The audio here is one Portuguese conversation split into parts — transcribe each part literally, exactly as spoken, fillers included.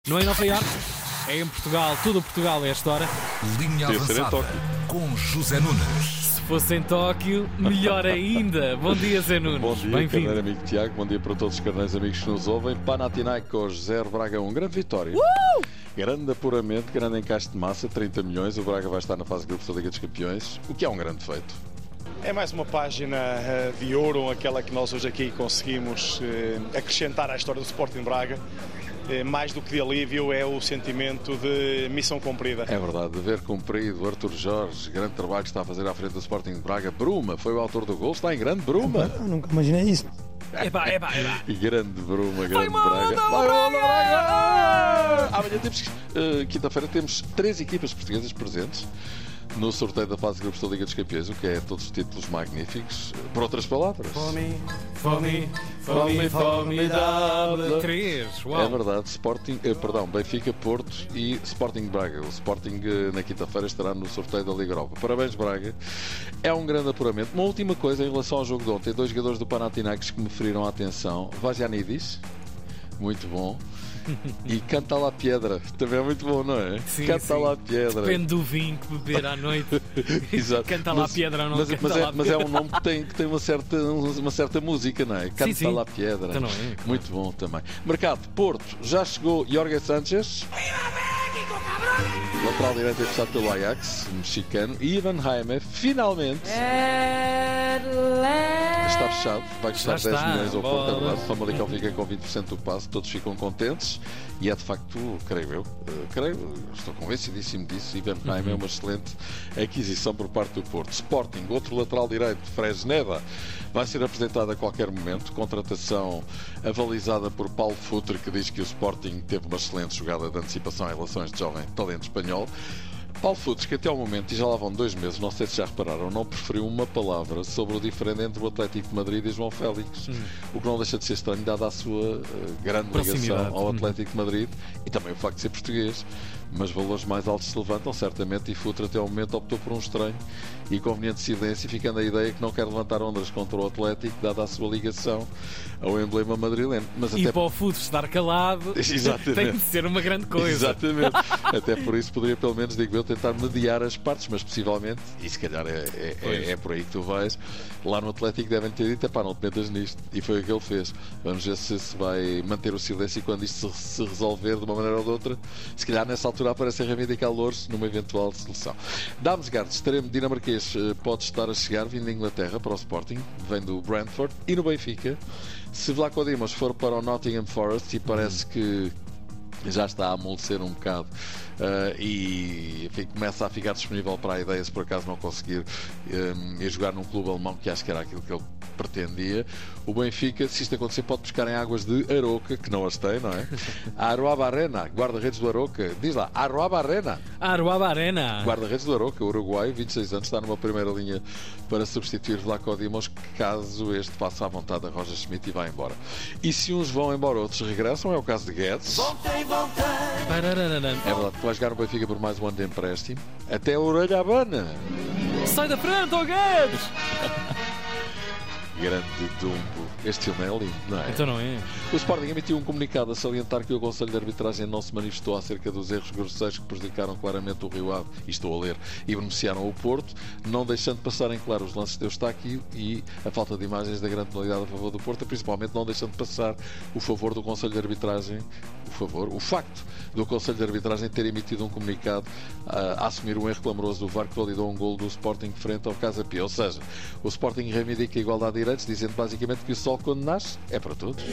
Não é em Nova Iorque, é em Portugal. Tudo Portugal é esta hora. Linha avançada com José Nunes. Se fosse em Tóquio, melhor ainda. Bom dia, Zé Nunes. Bom dia, Bem-vindo. carneiro amigo Tiago. Bom dia para todos os carneiros amigos que nos ouvem. Panathinaikos zero, Braga um. Grande vitória. Uh! Grande apuramento, grande encaixe de massa, trinta milhões. O Braga vai estar na fase de grupos da Liga dos Campeões, o que é um grande feito. É mais uma página de ouro, aquela que nós hoje aqui conseguimos acrescentar à história do Sporting Braga. Mais do que de alívio, é o sentimento de missão cumprida. É verdade, dever cumprido. Arthur Jorge, grande trabalho que está a fazer à frente do Sporting de Braga. Bruma foi o autor do gol, está em grande Bruma. Eu nunca imaginei isso. Epá, epá, epá. E grande Bruma, grande uma Braga. onda, Vai uma onda, Braga! Braga! Amanhã temos, uh, quinta-feira, temos três equipas portuguesas presentes no sorteio da fase de grupos da Liga dos Campeões, o que é todos os títulos magníficos. Por outras palavras, Fome, fome, fome, formidável. Três, uau. é verdade, Sporting, eh, perdão, Benfica, Porto e Sporting Braga. O Sporting eh, na quinta-feira estará no sorteio da Liga Europa. Parabéns, Braga. É um grande apuramento. Uma última coisa em relação ao jogo de ontem, dois jogadores do Panathinaikos que me feriram a atenção. Vagianidis, muito bom. E Canta lá Piedra, também é muito bom, não é? Sim, Canta sim. lá Piedra. Depende do vinho que beber à noite. Exato. Canta lá Mas- Piedra ou não mas, canta mas, lá é, mas é um nome que tem, que tem uma, certa, uma certa música, não é? Canta sim. lá Piedra. Então não é, claro. Muito bom também. Mercado, Porto, já chegou Jorge Sanchez. Lateral direito emprestado pelo Ajax, mexicano. Ivan Jaime, finalmente. Está fechado, vai custar Já dez está, milhões ao Porto, é bola. verdade. O Famalicão fica com vinte por cento do passe, todos ficam contentes e é de facto, creio eu, eh, creio, estou convencidíssimo disso. Ivan Jaime Uhum. é uma excelente aquisição por parte do Porto. Sporting, outro lateral direito, Fresneda, vai ser apresentado a qualquer momento. Contratação avalizada por Paulo Futre, que diz que o Sporting teve uma excelente jogada de antecipação em relação a este jovem talento espanhol. Paulo Futres, que até ao momento, e já lá vão dois meses, não sei se já repararam, não preferiu uma palavra sobre o diferente entre o Atlético de Madrid e João Félix. Hum. O que não deixa de ser estranho, dada a sua uh, grande ligação Proximidade. ao Hum. Atlético de Madrid e também o facto de ser português. Mas valores mais altos se levantam, certamente, e Futre até ao momento optou por um estranho e conveniente silêncio, ficando a ideia que não quer levantar ondas contra o Atlético, dada a sua ligação ao emblema madrileno. Mas E até para o Futre estar calado, Exatamente. tem de ser uma grande coisa. Exatamente. Até por isso poderia, pelo menos, digo eu, tentar mediar as partes, mas possivelmente, e se calhar é, é, Pois. é, é por aí que tu vais, lá no Atlético devem ter dito, epá, não te metas nisto. E foi o que ele fez. Vamos ver se se vai manter o silêncio e quando isto se, se resolver de uma maneira ou de outra, se calhar nessa altura aparece a reivindicar Louros numa eventual solução. Damsgaard, extremo dinamarquês, eh, pode estar a chegar, vindo da Inglaterra para o Sporting, vem do Brentford e no Benfica. Se Vlaco Dimos for para o Nottingham Forest, e parece que já está a amolecer um bocado uh, e enfim, começa a ficar disponível para a ideia, se por acaso não conseguir um, ir jogar num clube alemão, que acho que era aquilo que ele pretendia. O Benfica, se isto acontecer, pode buscar em águas de Aroca, que não as tem, não é? Aroaba Arena, guarda-redes do Aroca, diz lá, Aroaba Arena, Aruaba Arena. guarda-redes do Aroca, Uruguai, vinte e seis anos, está numa primeira linha para substituir Vlaco Dimos, caso este passe à vontade a Roger Schmidt e vá embora. E se uns vão embora, outros regressam, é o caso de Guedes. Pararararam. É verdade que vai jogar no Benfica por mais um ano de empréstimo. Até a orelha abana. Sai da frente, ó Guedes! Grande Dumbo. Este filme é lindo, não é? Então não é? O Sporting emitiu um comunicado a salientar que o Conselho de Arbitragem não se manifestou acerca dos erros grosseiros que prejudicaram claramente o Rio Ave, e estou a ler, e beneficiaram o Porto, não deixando passar em claro os lances de Eustáquio e a falta de imagens da grande penalidade a favor do Porto, principalmente não deixando passar o favor do Conselho de Arbitragem, o favor, o facto do Conselho de Arbitragem ter emitido um comunicado a, a assumir um erro clamoroso do V A R que validou um golo do Sporting frente ao Casa Pia. Ou seja, o Sporting reivindica a igualdade de direitos, dizendo basicamente que o sol quando nasce é para todos.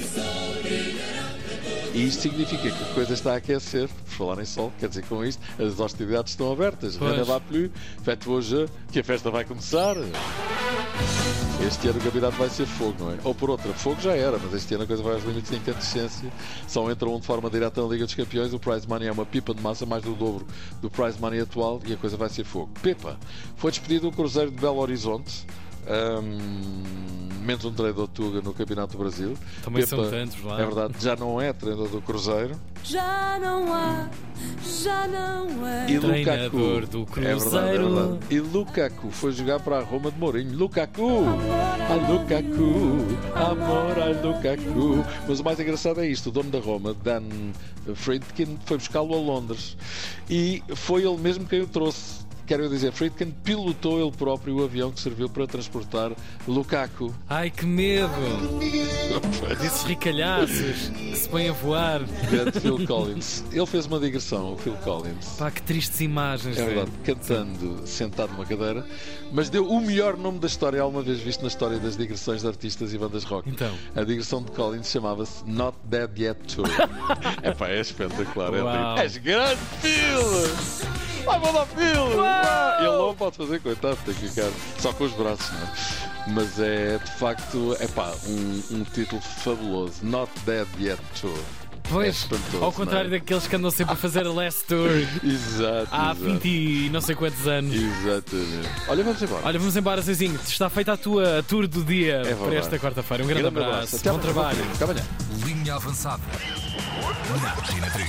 E isto significa que a coisa está a aquecer. Por falar em sol, quer dizer, com isto as hostilidades estão abertas. Pois. Rien ne va plus, faites vos jeux, que a festa vai começar. Este ano o campeonato vai ser fogo, não é? Ou por outra, fogo já era, mas este ano a coisa vai aos limites de incandescência. Só entra um de forma direta na Liga dos Campeões. O prize money é uma pipa de massa, mais do dobro do prize money atual, e a coisa vai ser fogo. Pepa, foi despedido o Cruzeiro de Belo Horizonte. Um, menos um treinador de Tuga no Campeonato do Brasil. Também Pepa, são tantos lá. é verdade, já não é treinador do Cruzeiro. Já não há já não é. E Treinador Lukaku, do é verdade, é Cruzeiro. verdade. E Lukaku foi jogar para a Roma de Mourinho. Lukaku, a Lukaku, amor a Lukaku. Mas o mais engraçado é isto: o dono da Roma, Dan Friedkin, foi buscá-lo a Londres e foi ele mesmo quem o trouxe. Quero dizer, Friedkin pilotou ele próprio o avião que serviu para transportar Lukaku. Ai, que medo! Desses ricalhaços que se põem a voar. Grande Phil Collins. Ele fez uma digressão, o Phil Collins. Pá, que tristes imagens. É velho. verdade, cantando sentado numa cadeira, mas deu o melhor nome da história alguma vez visto na história das digressões de artistas e bandas rock. Então. A digressão de Collins chamava-se Not Dead Yet Tour. Epá, é espetacular. É Uau. tipo, és grande, Phil! Vai, vou dar Phil! Uau! Ele não pode fazer, coitado, tem que ficar só com os braços, não é? Mas é de facto, epá, um, um título fabuloso. Not Dead Yet Tour. Pois, É espantoso, ao contrário não é? daqueles que andam sempre a fazer a Last Tour Exato. há exato. vinte e não sei quantos anos. Exatamente. Olha, vamos embora. Olha, vamos embora, Zezinho. Está feita a tua tour do dia verdade. para esta quarta-feira. Um grande, Grande abraço. Até Bom amanhã. trabalho. Até amanhã. Linha avançada. Na Antena três.